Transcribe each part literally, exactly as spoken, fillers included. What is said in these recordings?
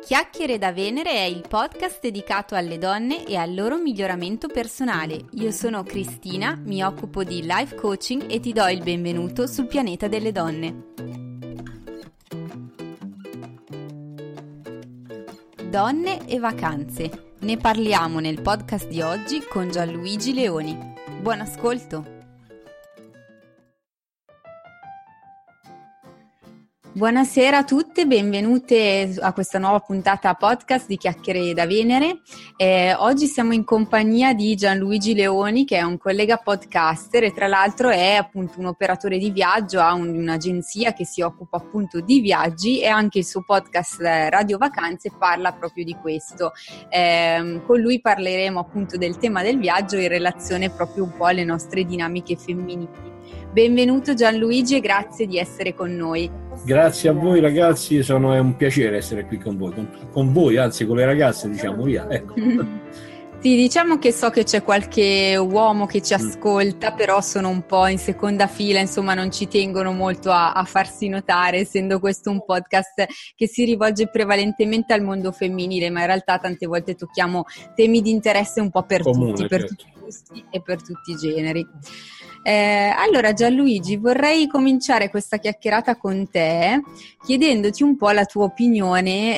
Chiacchiere da Venere è il podcast dedicato alle donne e al loro miglioramento personale. Io sono Cristina, mi occupo di life coaching e ti do il benvenuto sul pianeta delle donne. Donne e vacanze. Ne parliamo nel podcast di oggi con Gianluigi Leoni. Buon ascolto! Buonasera a tutte, benvenute a questa nuova puntata podcast di Chiacchiere da Venere. Eh, oggi siamo in compagnia di Gianluigi Leoni, che è un collega podcaster e tra l'altro è appunto un operatore di viaggio, ha un, un'agenzia che si occupa appunto di viaggi e anche il suo podcast Radio Vacanze parla proprio di questo. Eh, con lui parleremo appunto del tema del viaggio in relazione proprio un po' alle nostre dinamiche femminili. Benvenuto Gianluigi e grazie di essere con noi. Grazie a voi ragazzi, sono, è un piacere essere qui con voi, con, con voi, anzi con le ragazze, diciamo, via. Ecco. Sì, diciamo che so che c'è qualche uomo che ci ascolta, mm. però sono un po' in seconda fila, insomma non ci tengono molto a, a farsi notare, essendo questo un podcast che si rivolge prevalentemente al mondo femminile, ma in realtà tante volte tocchiamo temi di interesse un po' per Comune, tutti, per certo. tutti i gusti e per tutti i generi. Eh, allora Gianluigi, vorrei cominciare questa chiacchierata con te chiedendoti un po' la tua opinione,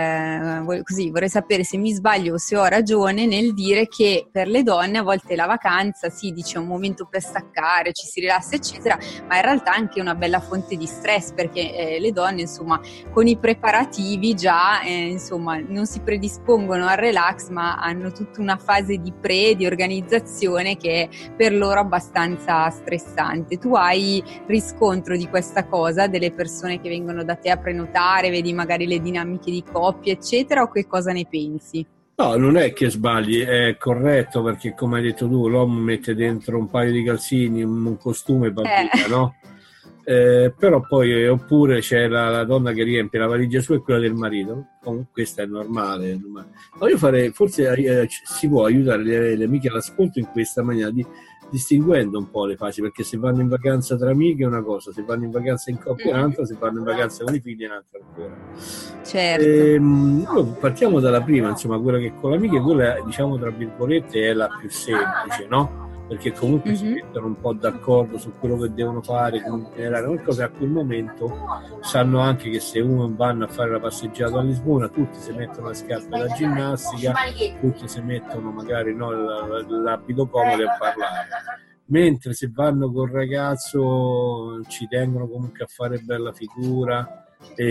eh, così vorrei sapere se mi sbaglio o se ho ragione nel dire che per le donne a volte la vacanza sì, dice, è un momento per staccare, ci si rilassa eccetera, ma in realtà è anche una bella fonte di stress perché eh, le donne insomma con i preparativi già eh, insomma non si predispongono al relax ma hanno tutta una fase di pre, di organizzazione che è per loro abbastanza stressante. Tu hai riscontro di questa cosa, delle persone che vengono da te a prenotare, vedi magari le dinamiche di coppia eccetera, o che cosa ne pensi? No, non è che sbagli, è corretto perché come hai detto tu l'uomo mette dentro un paio di calzini, un costume e bambina, eh. no? Eh, però poi oppure c'è la, la donna che riempie la valigia sua e quella del marito. Oh, questo è normale, è normale. Ma io farei, forse eh, si può aiutare le, le amiche all'ascolto in questa maniera di distinguendo un po' le fasi, perché se vanno in vacanza tra amiche è una cosa, se vanno in vacanza in coppia è un'altra, se vanno in vacanza con i figli è un'altra ancora. Certo. Ehm, allora, partiamo dalla prima, insomma, quella che con le amiche, quella diciamo tra virgolette è la più semplice, no? Perché comunque mm-hmm. si mettono un po' d'accordo su quello che devono fare, come generare qualcosa, a quel momento sanno anche che se uno vanno a fare la passeggiata a Lisbona tutti si mettono le scarpe da ginnastica, tutti si mettono magari no, l'abito comodo a parlare, mentre se vanno col ragazzo ci tengono comunque a fare bella figura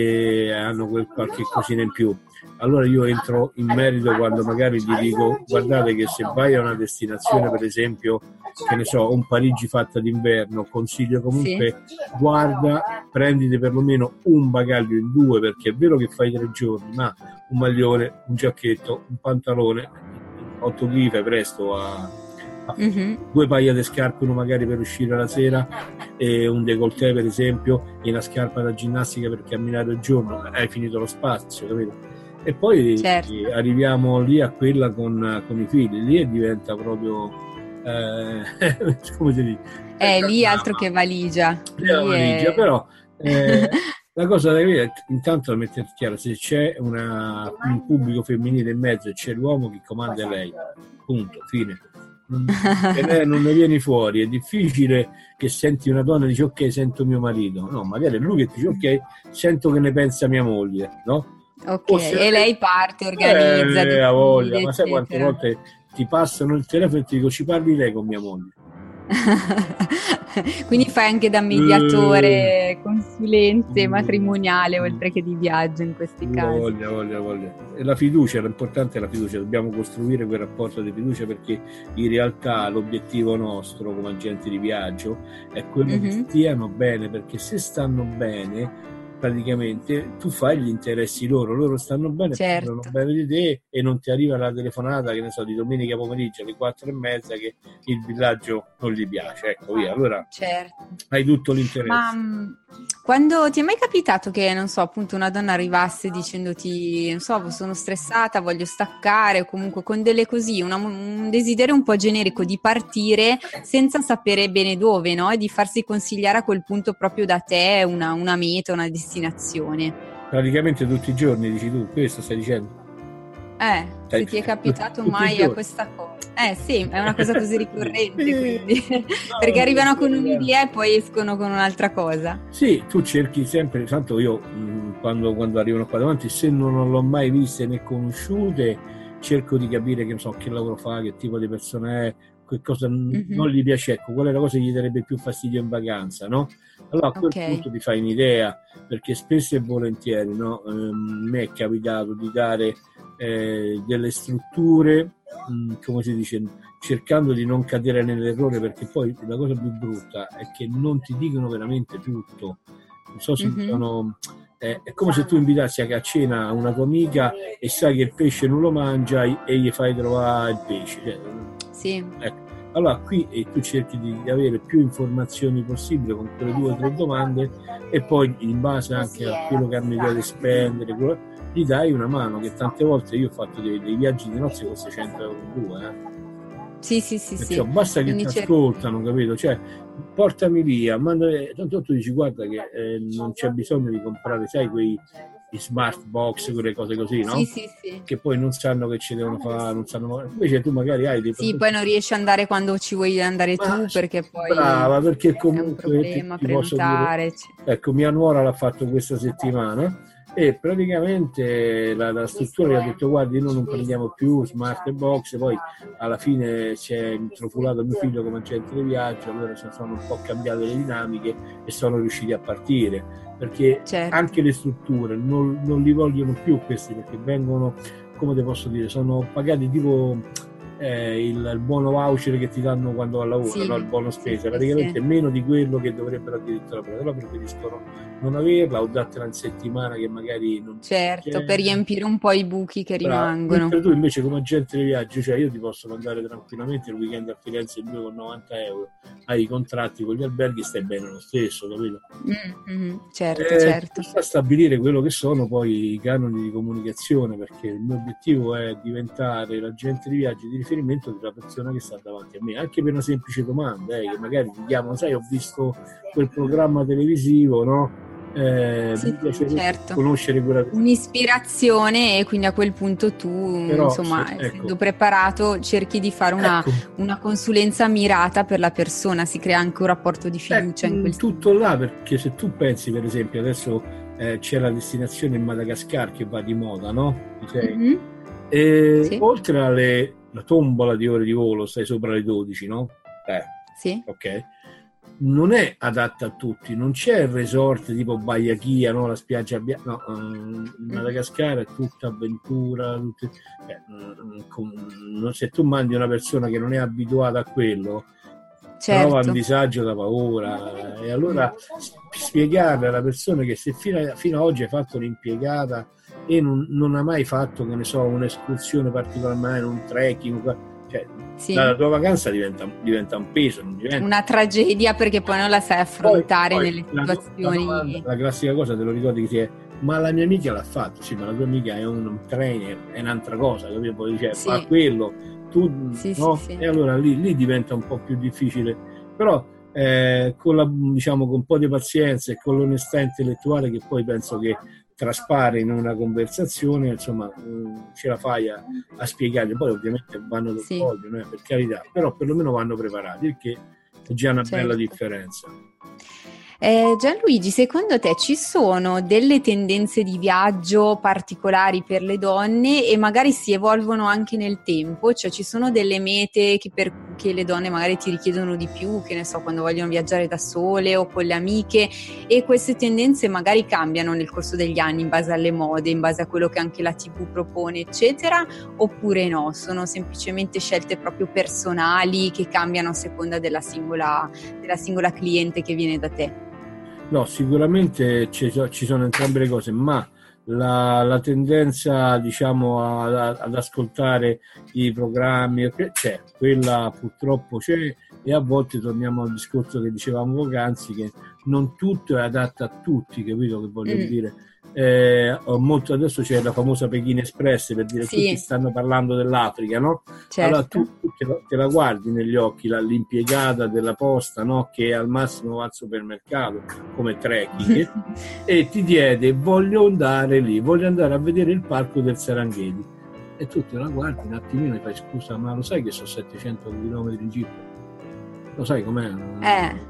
e hanno quel qualche cosina in più. Allora io entro in merito quando magari gli dico guardate che se vai a una destinazione, per esempio che ne so, un Parigi fatta d'inverno, consiglio comunque sì. guarda, prenditi perlomeno un bagaglio in due, perché è vero che fai tre giorni, ma un maglione, un giacchetto, un pantalone, otto chili fai presto a, a mm-hmm. due paia di scarpe, uno magari per uscire la sera e un décolleté per esempio e una scarpa da ginnastica per camminare il giorno, hai finito lo spazio, capito? E poi certo. arriviamo lì a quella con, con i figli, lì diventa proprio eh, come si dice? Eh, eh lì altro che valigia. Lì è valigia, è... però eh, la cosa da vedere intanto da mettere chiaro, se c'è una, un pubblico femminile in mezzo e c'è l'uomo che comanda lei, punto, fine. Non, non ne vieni fuori, è difficile che senti una donna e dici ok sento mio marito, no, magari è lui che dice ok sento che ne pensa mia moglie, no? Ok, e lei parte, organizza, eh, a voglia, ma sai quante volte ti passano il telefono e ti dico ci parli lei con mia moglie. Quindi fai anche da mediatore, consulente matrimoniale oltre che di viaggio in questi casi. Voglia, voglia, voglia. E la fiducia, l'importante è la fiducia, dobbiamo costruire quel rapporto di fiducia perché in realtà l'obiettivo nostro come agenti di viaggio è quello mm-hmm. che stiano bene, perché se stanno bene praticamente tu fai gli interessi loro, loro stanno bene, certo. stanno bene di te e non ti arriva la telefonata che ne so di domenica pomeriggio alle quattro e mezza che il villaggio non gli piace, ecco via, allora certo. hai tutto l'interesse. Ma quando ti è mai capitato che non so appunto una donna arrivasse dicendoti non so sono stressata, voglio staccare o comunque con delle così una, un desiderio un po' generico di partire senza sapere bene dove, no? E di farsi consigliare a quel punto proprio da te una, una meta, una destinazione. praticamente tutti i giorni, dici tu, questo stai dicendo? Eh, se eh, ti è capitato mai a questa cosa? Eh sì, è una cosa così ricorrente, quindi no, perché arrivano con un'idea e poi escono con un'altra cosa. Sì, tu cerchi sempre, tanto io mh, quando, quando arrivano qua davanti, se non, non l'ho mai viste né conosciute, cerco di capire che non so che lavoro fa, che tipo di persona è, che cosa mm-hmm. non gli piace, ecco, qual è la cosa che gli darebbe più fastidio in vacanza, no? Allora a quel okay. punto ti fai un'idea, perché spesso e volentieri, no? ehm, mi è capitato di dare eh, delle strutture, mh, come si dice, cercando di non cadere nell'errore, perché poi la cosa più brutta è che non ti dicono veramente tutto. Non so se mm-hmm. sono... Eh, è come se tu invitassi a cena una tua amica e sai che il pesce non lo mangia e gli fai trovare il pesce. Cioè, sì. Ecco. Allora qui e tu cerchi di avere più informazioni possibili con quelle due o tre domande e poi in base anche a quello che hanno idea di spendere, quello, gli dai una mano, che tante volte io ho fatto dei, dei viaggi di nozze con seicento euro in due, eh. Sì, sì, sì, sì. Cioè, basta che Quindi ti certo. ascoltano, capito? Cioè, portami via, manda... tanto tu dici guarda che eh, non c'è bisogno di comprare, sai, quei i smart box, quelle cose così, no? Sì, sì, sì. Che poi non sanno che ci devono fare, non sanno... invece tu magari hai dei sì, prodotti... poi non riesci ad andare quando ci vuoi andare Ma tu, perché poi brava, perché comunque è un problema ti, ti prenotare. Dire... ecco, mia nuora l'ha fatto questa settimana e praticamente la, la struttura gli ha detto guardi, noi non prendiamo più smart box, poi alla fine si è intrufolato mio figlio come agente di viaggio, allora sono un po' cambiate le dinamiche e sono riusciti a partire, perché certo. anche le strutture non, non li vogliono più questi, perché vengono, come te posso dire, sono pagati tipo eh, il, il buono voucher che ti danno quando va al lavoro, sì, no? Il buono spesa, sì, praticamente sì. meno di quello che dovrebbero addirittura prendere, allora preferiscono non averla o dartela in settimana che magari non certo c'è. Per riempire un po' i buchi che Bravo. rimangono. Mentre tu invece come agente di viaggio, cioè io ti posso mandare tranquillamente il weekend a Firenze due virgola novanta euro, hai i contratti con gli alberghi, stai bene lo stesso, capito? Mm-hmm. Certo, eh, certo. Sta a stabilire quello che sono poi i canoni di comunicazione, perché il mio obiettivo è diventare l'agente di viaggio di riferimento della persona che sta davanti a me, anche per una semplice domanda, eh, che magari ti chiamano, sai, ho visto quel programma televisivo, no? Eh, sì, sì, certo. conoscere quella... un'ispirazione, e quindi a quel punto tu Però, insomma sì, ecco. essendo preparato cerchi di fare una, ecco. una consulenza mirata per la persona, si crea anche un rapporto di fiducia eh, in quel tutto senso. Là, perché se tu pensi per esempio adesso eh, c'è la destinazione in Madagascar che va di moda, no? Mm-hmm. E sì. oltre alle la tombola di ore di volo stai sopra le dodici, no? Eh, sì. Ok. Non è adatta a tutti, non c'è il resort tipo Baiachia, no? La spiaggia bianca, no, um, Madagascar è tutta avventura, tutte, eh, um, se tu mandi una persona che non è abituata a quello, certo. trova un disagio da paura, e allora spiegare alla persona che se fino a, fino a oggi hai fatto l'impiegata e non, non ha mai fatto, che ne so, un'escursione particolare, un trekking, cioè, sì. la tua vacanza diventa, diventa un peso, non diventa una tragedia, perché poi non la sai affrontare poi, poi nelle situazioni. La, la, la classica cosa, te lo ricordi, che ti è ma la mia amica l'ha fatto, sì, ma la tua amica è un, un trainer, è un'altra cosa, capito? Poi dice, sì. fa quello, tu sì, no? Sì, sì. E allora lì, lì diventa un po' più difficile, però eh, con la, diciamo, con un po' di pazienza e con l'onestà intellettuale che poi penso che traspare in una conversazione, insomma, mh, ce la fai a, a spiegare. Poi ovviamente vanno del sì. vogliono, eh, per carità, però perlomeno vanno preparati, il che è già una certo. bella differenza. Eh, Gianluigi, secondo te ci sono delle tendenze di viaggio particolari per le donne e magari si evolvono anche nel tempo? Cioè ci sono delle mete che, per, che le donne magari ti richiedono di più, che ne so, quando vogliono viaggiare da sole o con le amiche, e queste tendenze magari cambiano nel corso degli anni in base alle mode, in base a quello che anche la tivù propone, eccetera, oppure no? Sono semplicemente scelte proprio personali che cambiano a seconda della singola, della singola cliente che viene da te? No, sicuramente ci, ci sono entrambe le cose, ma la, la tendenza, diciamo, a, ad ascoltare i programmi c'è, quella purtroppo c'è, e a volte torniamo al discorso che dicevamo poc'anzi, che non tutto è adatto a tutti, capito che voglio mm. dire? eh, ho molto, adesso c'è la famosa Pechino Express, per dire, sì. Tutti stanno parlando dell'Africa, no? Certo. Allora tu, tu te, la, te la guardi negli occhi la, l'impiegata della posta, no? Che al massimo va al supermercato come trekking e ti chiede: voglio andare lì, voglio andare a vedere il parco del Serengeti, e tu te la guardi un attimino e fai: scusa, ma lo sai che sono settecento chilometri in giro? Lo sai com'è? Eh.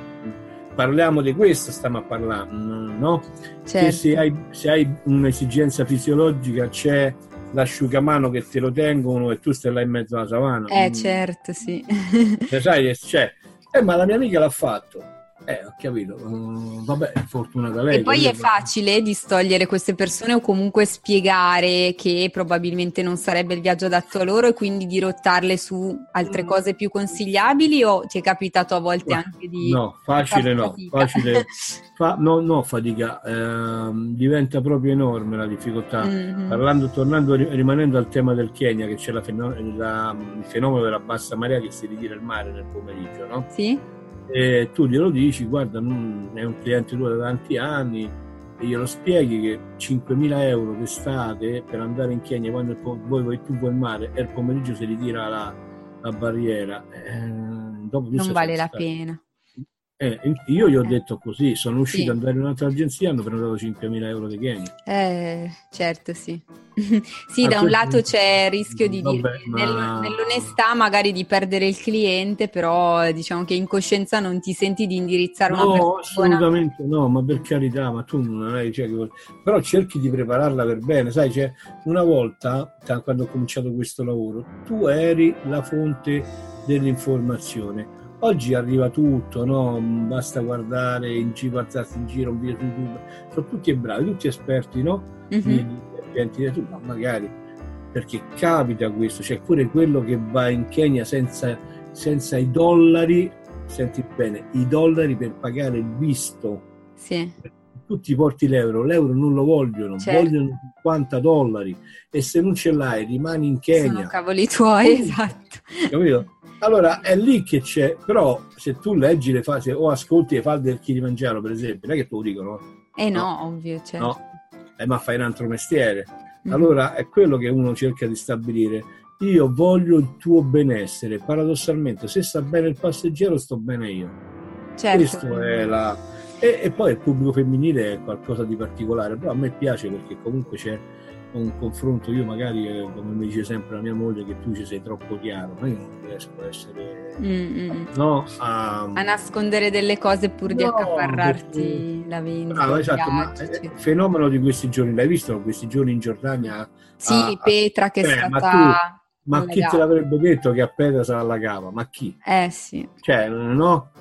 Parliamo di questo, stiamo a parlare, no? Certo. Che se hai, se hai un'esigenza fisiologica c'è l'asciugamano che te lo tengono e tu stai là in mezzo alla savana. Eh, certo, sì. E sai, c'è. Eh, ma la mia amica l'ha fatto. Eh, ho capito. Uh, vabbè, fortuna da lei. E poi è capito? facile distogliere queste persone o comunque spiegare che probabilmente non sarebbe il viaggio adatto a loro e quindi dirottarle su altre cose più consigliabili, o ti è capitato a volte anche di... No, facile no, fatica? facile, fa, no, no, fatica, eh, diventa proprio enorme la difficoltà. Mm-hmm. Parlando, tornando, rimanendo al tema del Kenya, che c'è la, la, il fenomeno della bassa marea che si ritira il mare nel pomeriggio, no? Sì. E tu glielo dici: guarda, non, è un cliente tuo da tanti anni, e glielo spieghi che cinquemila euro d'estate per andare in Kenya quando voi, voi tu vuoi il mare e il pomeriggio si ritira la, la barriera, eh, dopo non vale la pena. Eh, io gli ho detto così, sono uscito sì. ad andare in un'altra agenzia, hanno prenotato cinquemila euro di Kenya. Eh, certo, sì. Sì, ah, da un questo... lato c'è il rischio di Vabbè, dire ma... nell- nell'onestà magari di perdere il cliente, però diciamo che in coscienza non ti senti di indirizzare no, una persona. No, assolutamente no, ma per carità, ma tu non hai, cioè, però cerchi di prepararla per bene, sai, cioè, una volta, quando ho cominciato questo lavoro, tu eri la fonte dell'informazione. Oggi arriva tutto, no? Basta guardare in giro, guardarsi in giro un video su YouTube, sono tutti bravi, tutti esperti, no? Mm-hmm. Di, di, di, di, ma magari perché capita questo, c'è cioè pure quello che va in Kenya senza, senza i dollari, senti bene, i dollari per pagare il visto. Sì. Tu ti porti l'euro, l'euro non lo vogliono, certo. Vogliono cinquanta dollari, e se non ce l'hai rimani in Kenya. Sono cavoli tuoi, oh, esatto. Capito? Allora è lì che c'è, però se tu leggi le fasi o ascolti le falde del Kilimangiaro, per esempio, non è che te lo dicono. Eh no, no ovvio, certo. No, eh, ma fai un altro mestiere. Mm-hmm. Allora è quello che uno cerca di stabilire. Io voglio il tuo benessere, paradossalmente, se sta bene il passeggero, sto bene io. Certo. Questo è la... E, e poi il pubblico femminile è qualcosa di particolare, però a me piace perché comunque c'è un confronto. Io magari, eh, come mi dice sempre la mia moglie, che tu ci sei troppo chiaro, ma io non riesco a essere Mm-mm. no a... a nascondere delle cose pur di no, accaparrarti perché... la vendita. Ah, esatto, ma il fenomeno di questi giorni, l'hai visto questi giorni in Giordania? Sì, a, Petra che è eh, stata ma, tu, ma chi te l'avrebbe detto che a Petra sarà alla cava? Ma chi? Eh sì. Cioè, no?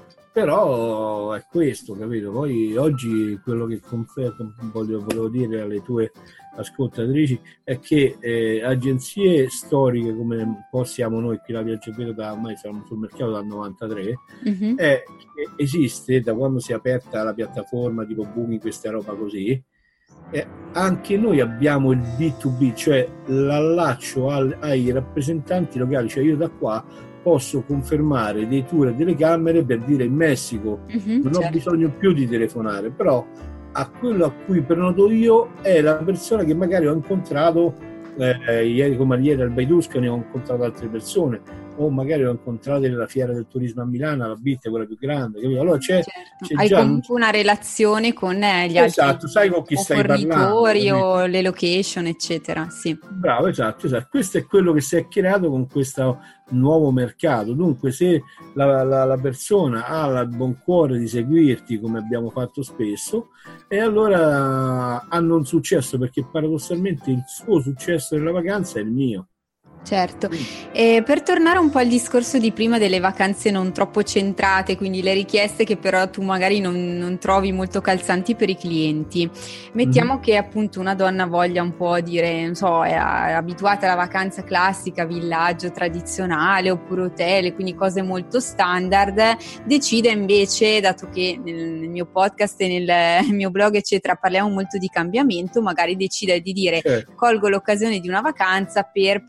Però è questo, capito? Poi oggi quello che confermo, voglio, volevo dire alle tue ascoltatrici è che eh, agenzie storiche come un po' siamo noi qui la Viaggio Vedo, da ormai siamo sul mercato dal novantatré, mm-hmm. eh, esiste da quando si è aperta la piattaforma tipo Booking, questa roba così, eh, anche noi abbiamo il B due B, cioè l'allaccio al, ai rappresentanti locali, cioè io da qua posso confermare dei tour e delle camere per dire in Messico, mm-hmm, non certo. ho bisogno più di telefonare, però a quello a cui prenoto io è la persona che magari ho incontrato eh, ieri, come ieri al Baituscani ho incontrato altre persone, o magari ho incontrato nella fiera del turismo a Milano, la B I T, quella più grande, capito? Allora c'è, certo. c'è hai già comunque una relazione con gli esatto, altri sai con chi stai fornitori parlando, o le location, eccetera. Sì. Bravo, esatto, esatto. Questo è quello che si è creato con questo nuovo mercato. Dunque, se la, la, la persona ha il buon cuore di seguirti, come abbiamo fatto spesso, e allora hanno un successo, perché paradossalmente il suo successo della vacanza è il mio. Certo, e per tornare un po' al discorso di prima delle vacanze non troppo centrate, quindi le richieste che però tu magari non, non trovi molto calzanti per i clienti, mettiamo mm-hmm. che appunto una donna voglia un po' dire, non so, è abituata alla vacanza classica, villaggio tradizionale oppure hotel, quindi cose molto standard, decide invece, dato che nel, nel mio podcast e nel, nel mio blog eccetera parliamo molto di cambiamento, magari decide di dire certo. colgo l'occasione di una vacanza per proprio staccare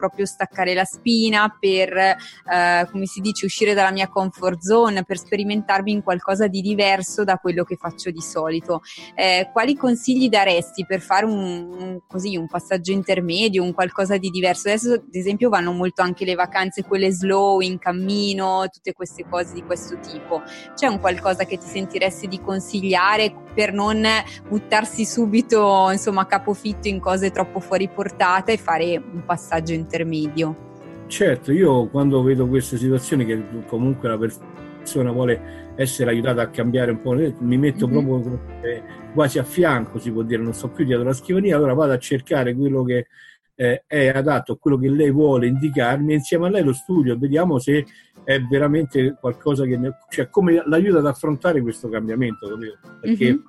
staccare la spina, per, eh, come si dice, uscire dalla mia comfort zone, per sperimentarmi in qualcosa di diverso da quello che faccio di solito. Eh, quali consigli daresti per fare un, un, così, un passaggio intermedio, un qualcosa di diverso? Adesso, ad esempio, vanno molto anche le vacanze, quelle slow, in cammino, tutte queste cose di questo tipo. C'è un qualcosa che ti sentiresti di consigliare per non buttarsi subito, insomma, a capofitto in cose troppo fuori portata e fare un passaggio intermedio? Certo, io quando vedo queste situazioni che comunque la persona vuole essere aiutata a cambiare un po', mi metto mm-hmm. proprio eh, quasi a fianco, si può dire, non sto più dietro la scrivania, allora vado a cercare quello che eh, è adatto a quello che lei vuole indicarmi, e insieme a lei lo studio, vediamo se è veramente qualcosa che, cioè come l'aiuta ad affrontare questo cambiamento, capito? Perché mm-hmm.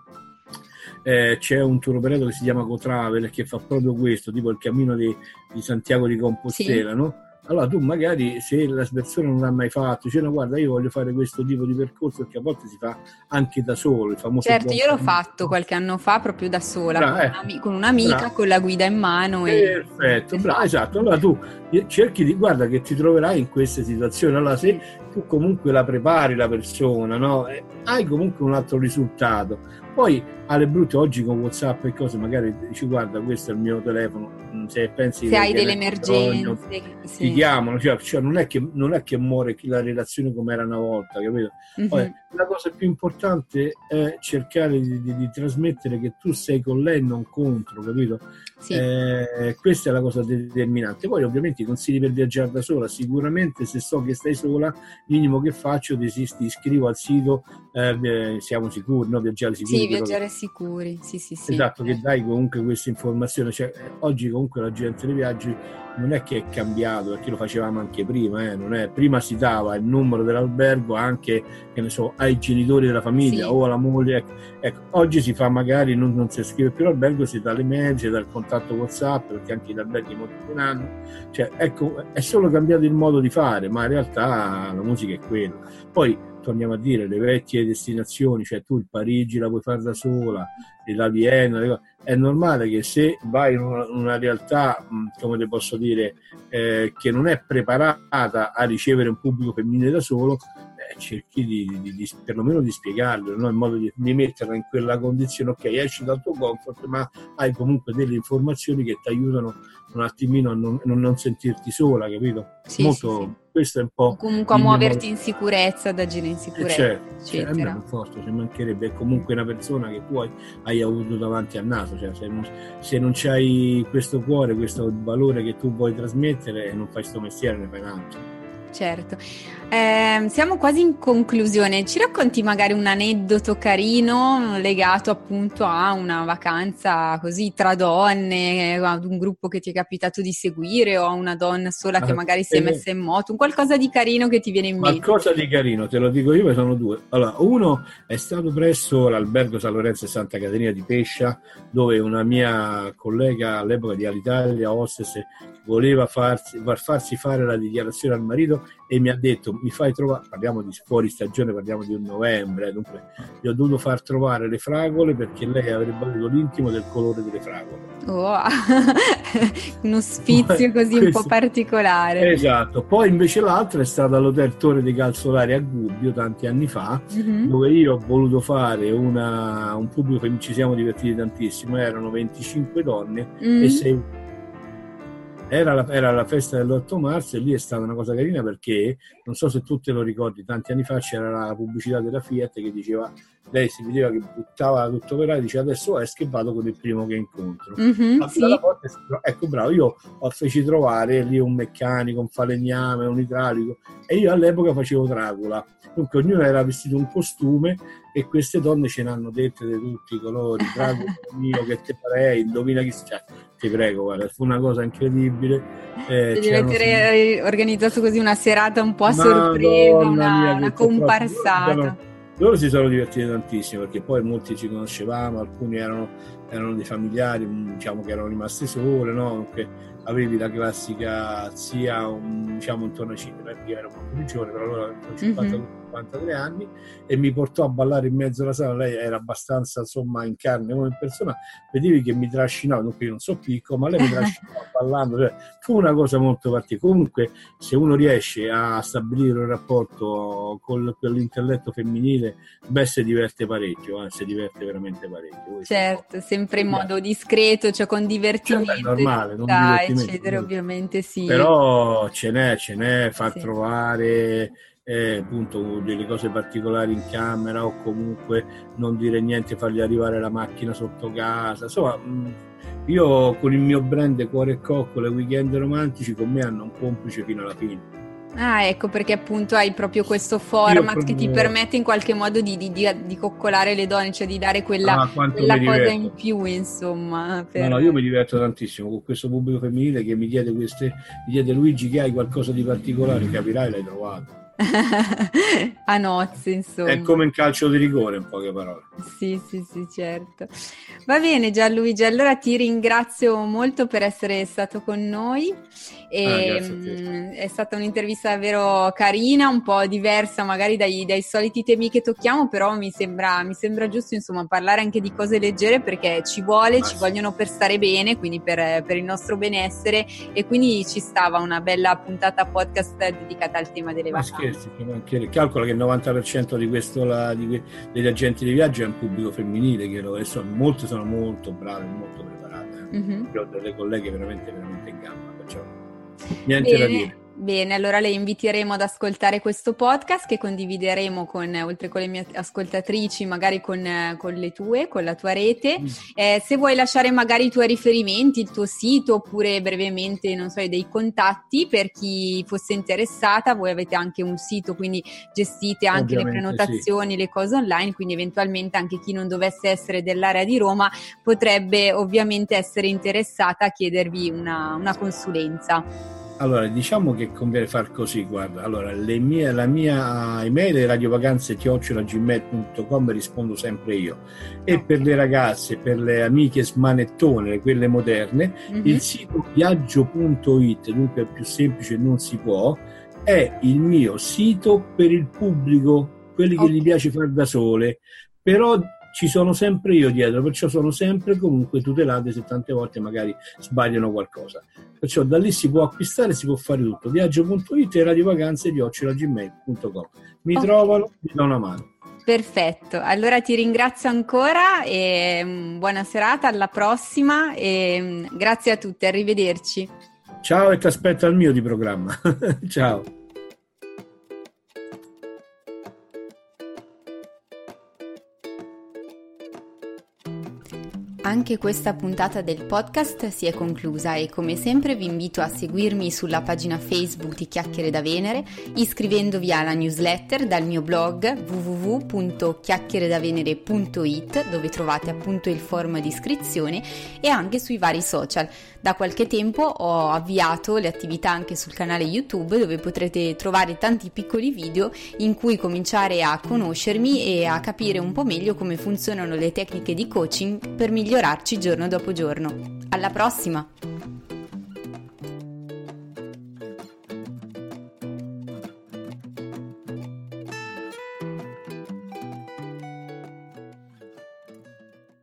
Eh, c'è un tour operator che si chiama Cotravel che fa proprio questo, tipo il cammino di, di Santiago di Compostela, sì. no? Allora tu magari, se la persona non l'ha mai fatto, dice no, guarda, io voglio fare questo tipo di percorso, perché a volte si fa anche da solo, il famoso certo, io l'ho fatto qualche anno fa proprio da sola, Bra, con, eh. un'ami- con un'amica, Bra. con la guida in mano. Perfetto, e... bravo, esatto. Allora tu cerchi di, guarda che ti troverai in queste situazioni, allora se tu comunque la prepari la persona, no? Eh, hai comunque un altro risultato. Poi alle brutte oggi con WhatsApp e cose magari dici guarda questo è il mio telefono, se pensi se che hai delle emergenze ti sì. chiamano, cioè, cioè non è che non è che muore la relazione come era una volta, capito? Mm-hmm. Poi, la cosa più importante è cercare di, di, di trasmettere che tu sei con lei non contro, capito? Sì. Eh, questa è la cosa determinante. Poi ovviamente i consigli per viaggiare da sola, sicuramente se so che stai sola, il minimo che faccio ti, ti iscrivo al sito eh, siamo sicuri, no? Viaggiare sicuri. Sì, viaggiare che... sicuri, sì sì sì. Esatto, che dai comunque questa informazione, cioè oggi comunque la gente dei viaggi non è che è cambiato, perché lo facevamo anche prima, eh? non è, prima si dava il numero dell'albergo anche, che ne so, ai genitori della famiglia sì. o alla moglie, ecco, ecco, oggi si fa magari, non, non si scrive più l'albergo, si dà le mail, si dà il contatto WhatsApp, perché anche gli alberghi molto hanno, cioè ecco, è solo cambiato il modo di fare, ma in realtà la musica è quella. Poi torniamo a dire, le vecchie destinazioni, cioè tu il Parigi la puoi fare da sola, la Vienna, è normale che se vai in una, una realtà, come te posso dire, eh, che non è preparata a ricevere un pubblico femminile da solo, eh, cerchi di, di, di perlomeno di spiegarlo, no? In modo di, di metterla in quella condizione, ok, esci dal tuo comfort, ma hai comunque delle informazioni che ti aiutano un attimino a non, non sentirti sola, capito? Sì, Molto, sì, sì. Questo è un po' o comunque a muoverti in sicurezza, ad agire in sicurezza, certo, eccetera. Cioè, non forte, ci mancherebbe, è comunque una persona che tu hai, hai avuto davanti al naso, cioè se non, se non c'hai questo cuore, questo valore che tu vuoi trasmettere, non fai sto mestiere, ne fai un altro. Certo. Eh, siamo quasi in conclusione. Ci racconti magari un aneddoto carino legato appunto a una vacanza così tra donne, ad un gruppo che ti è capitato di seguire o a una donna sola che magari si è messa in moto, un qualcosa di carino che ti viene in mente? Qualcosa di carino, te lo dico io, ma sono due. Allora, uno è stato presso l'albergo San Lorenzo e Santa Caterina di Pescia, dove una mia collega all'epoca di Alitalia, hostess, voleva farsi, far farsi fare la dichiarazione al marito e mi ha detto mi fai trovare, parliamo di fuori stagione, parliamo di un novembre, dunque gli ho dovuto far trovare le fragole perché lei avrebbe avuto l'intimo del colore delle fragole. Oh, uno sfizio così questo, un po' particolare. Esatto. Poi invece l'altra è stata all'Hotel Torre dei Calzolari a Gubbio tanti anni fa, mm-hmm. dove io ho voluto fare una, un pubblico che ci siamo divertiti tantissimo, erano venticinque donne mm. e sei Era la, era la festa dell'otto marzo e lì è stata una cosa carina perché, non so se tu te lo ricordi, tanti anni fa c'era la pubblicità della Fiat che diceva, lei si vedeva che buttava tutto per aria, diceva adesso esco e vado con il primo che incontro. Mm-hmm, sì. Porta, ecco bravo, io ho feci trovare lì un meccanico, un falegname, un idraulico e io all'epoca facevo Dracula, dunque ognuno era vestito un costume e queste donne ce n'hanno dette di tutti i colori, Dracula mio che te farei, indovina chi c'è. Ti prego, guarda, fu una cosa incredibile. Eh, Devi avere organizzato così una serata un po' a sorpresa, una, mia, una comparsata. Loro, loro si sono divertiti tantissimo perché poi molti ci conoscevamo, alcuni erano, erano dei familiari, diciamo che erano rimasti sole, no? Che avevi la classica zia, un, diciamo intorno ai cinquanta, perché io ero molto più giovane, però loro avevano cinquanta mm-hmm. cinquantatré anni, e mi portò a ballare in mezzo alla sala. Lei era abbastanza, insomma, in carne come persona, vedevi che mi trascinava, dunque io non so piccolo, ma lei mi trascinava ballando, cioè, fu una cosa molto particolare. Comunque, se uno riesce a stabilire un rapporto con, con l'intelletto femminile, beh, si diverte parecchio, eh, si diverte veramente parecchio. Certo, sempre in modo discreto, cioè con divertimento, cioè, è normale, non divertimento, eccetera, ovviamente sì. Però ce n'è, ce n'è, far sì. trovare eh, appunto delle cose particolari in camera, o comunque non dire niente, fargli arrivare la macchina sotto casa. Insomma, mh, io con il mio brand Cuore e Coccole, Weekend Romantici, con me hanno un complice fino alla fine. Ah, ecco, perché appunto hai proprio questo format proprio... che ti permette in qualche modo di, di, di, di coccolare le donne, cioè di dare quella, ah, quella cosa in più, insomma. Per... No, no, io mi diverto tantissimo con questo pubblico femminile che mi chiede queste, mi chiede: Luigi, che hai qualcosa di particolare? Capirai, l'hai trovato. A nozze, insomma. È come in calcio di rigore, in poche parole. Sì, sì, sì, certo. Va bene, Gianluigi, allora ti ringrazio molto per essere stato con noi. E, ah, mh, è stata un'intervista davvero carina, un po' diversa magari dai, dai soliti temi che tocchiamo, però mi sembra, mi sembra giusto, insomma, parlare anche di cose leggere, perché ci vuole, ah, ci sì. vogliono per stare bene, quindi per, per il nostro benessere, e quindi ci stava una bella puntata podcast dedicata al tema delle vacanze. Scherzi, calcola che il novanta per cento di questo la, di, degli agenti di viaggio è un pubblico femminile, che lo, e sono, molte sono molto brave, molto preparate. Eh. Mm-hmm. Io ho delle colleghe veramente, veramente in gamba, perciò niente Bene. da dire. Bene, allora le inviteremo ad ascoltare questo podcast, che condivideremo con, oltre con le mie ascoltatrici, magari con, con le tue, con la tua rete. Eh, se vuoi lasciare magari i tuoi riferimenti, il tuo sito, oppure brevemente, non so, dei contatti per chi fosse interessata. Voi avete anche un sito, quindi gestite anche Ovviamente, le prenotazioni, sì. le cose online, quindi eventualmente anche chi non dovesse essere dell'area di Roma potrebbe ovviamente essere interessata a chiedervi una, una consulenza. Allora, diciamo che conviene far così, guarda, allora, le mie, la mia email è radiovacanze chiocciola gmail punto com, rispondo sempre io, e per le ragazze, per le amiche smanettone, quelle moderne, mm-hmm. il sito viaggio punto it, dunque più semplice non si può, è il mio sito per il pubblico, quelli che okay. gli piace far da sole, però ci sono sempre io dietro, perciò sono sempre comunque tutelate se tante volte magari sbagliano qualcosa. Perciò da lì si può acquistare, si può fare tutto. viaggio punto it e radiovacanze chiocciola gmail punto com. Mi okay. trovano, mi do una mano. Perfetto, allora ti ringrazio ancora e buona serata, alla prossima e grazie a tutti, arrivederci. Ciao, e ti aspetto al mio di programma. Ciao. Anche questa puntata del podcast si è conclusa e come sempre vi invito a seguirmi sulla pagina Facebook di Chiacchiere da Venere, iscrivendovi alla newsletter dal mio blog w w w punto chiacchieredavenere punto it, dove trovate appunto il form di iscrizione, e anche sui vari social. Da qualche tempo ho avviato le attività anche sul canale YouTube, dove potrete trovare tanti piccoli video in cui cominciare a conoscermi e a capire un po' meglio come funzionano le tecniche di coaching per migliorarci giorno dopo giorno. Alla prossima!